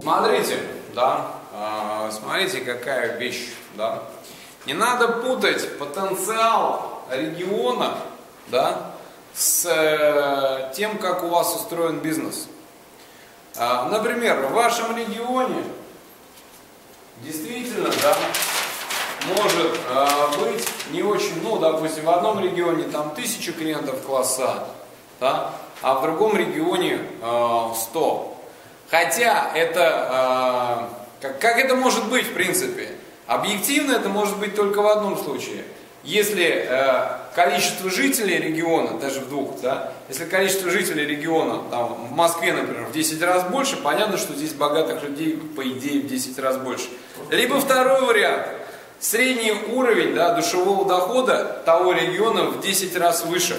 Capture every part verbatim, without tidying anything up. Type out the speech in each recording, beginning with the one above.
Смотрите, да, э, смотрите, какая вещь, да. Не надо путать потенциал региона, да, с э, тем, как у вас устроен бизнес. Э, например, в вашем регионе действительно, да, может э, быть не очень, ну, допустим, в одном регионе там тысяча клиентов класса, да, а в другом регионе э, сто. Хотя это, э, как, как это может быть в принципе? Объективно это может быть только в одном случае. Если э, количество жителей региона, даже в двух, да, если количество жителей региона там, в Москве, например, в десять раз больше, понятно, что здесь богатых людей, по идее, в десять раз больше. Либо второй вариант. Средний уровень, да, душевого дохода того региона в десять раз выше.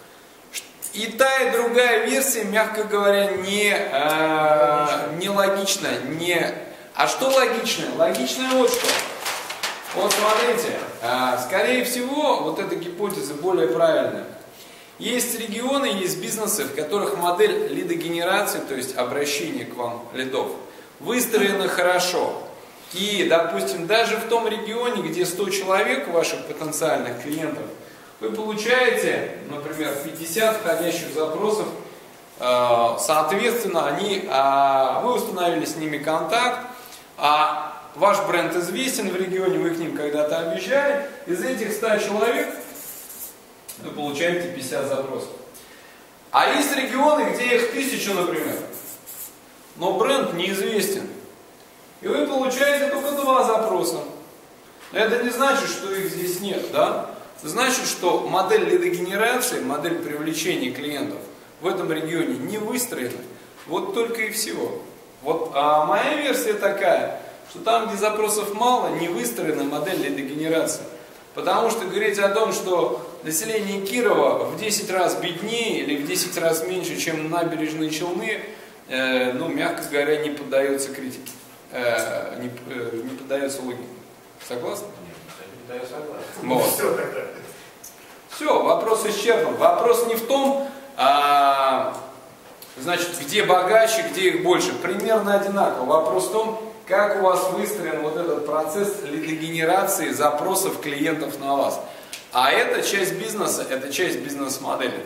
И та, и другая версия, мягко говоря, не, э, не логична. Не... А что логично? Логично вот что. Вот смотрите, э, скорее всего, вот эта гипотеза более правильная. Есть регионы, есть бизнесы, в которых модель лидогенерации, то есть обращение к вам лидов, выстроена хорошо. И, допустим, даже в том регионе, где сто человек, ваших потенциальных клиентов, вы получаете, например, пятьдесят входящих запросов, соответственно, они, вы установили с ними контакт, а ваш бренд известен в регионе, вы к ним когда-то объезжали, из этих ста человек вы получаете пятьдесят запросов. А есть регионы, где их тысяча, например, но бренд неизвестен. И вы получаете только два запроса. Это не значит, что их здесь нет, да? Это значит, что модель лидогенерации, модель привлечения клиентов в этом регионе не выстроена. Вот только и всего. Вот, а моя версия такая, что там, где запросов мало, не выстроена модель лидогенерации. Потому что говорить о том, что население Кирова в десять раз беднее или в десять раз меньше, чем набережные Челны, э, ну, мягко говоря, не поддается критике. Э, не, э, не поддается логике. Согласны? Да, я согласен. Вот. Все тогда. Все, вопрос исчерпан. Вопрос не в том, а, значит, где богаче, где их больше. Примерно одинаково. Вопрос в том, как у вас выстроен вот этот процесс лидогенерации запросов клиентов на вас. А это часть бизнеса, это часть бизнес-модели.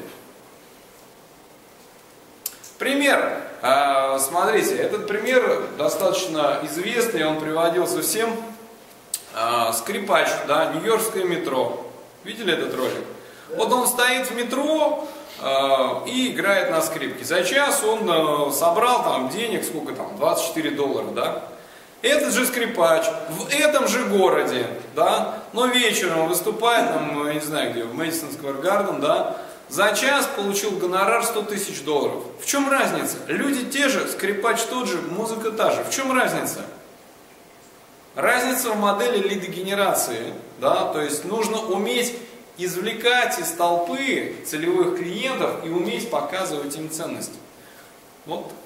Пример. А, смотрите, этот пример достаточно известный, он приводился всем. А, скрипач, да, нью-йоркское метро. Видели этот ролик? Вот он стоит в метро э, и играет на скрипке. За час он э, собрал там денег, сколько там, двадцать четыре доллара, да? Этот же скрипач в этом же городе, да, но вечером выступает, там, я не знаю где, в Мэдисон Сквер Гарден, да, за час получил гонорар сто тысяч долларов. В чем разница? Люди те же, скрипач тот же, музыка та же. В чем разница? Разница в модели лидогенерации, да, то есть нужно уметь извлекать из толпы целевых клиентов и уметь показывать им ценность. Вот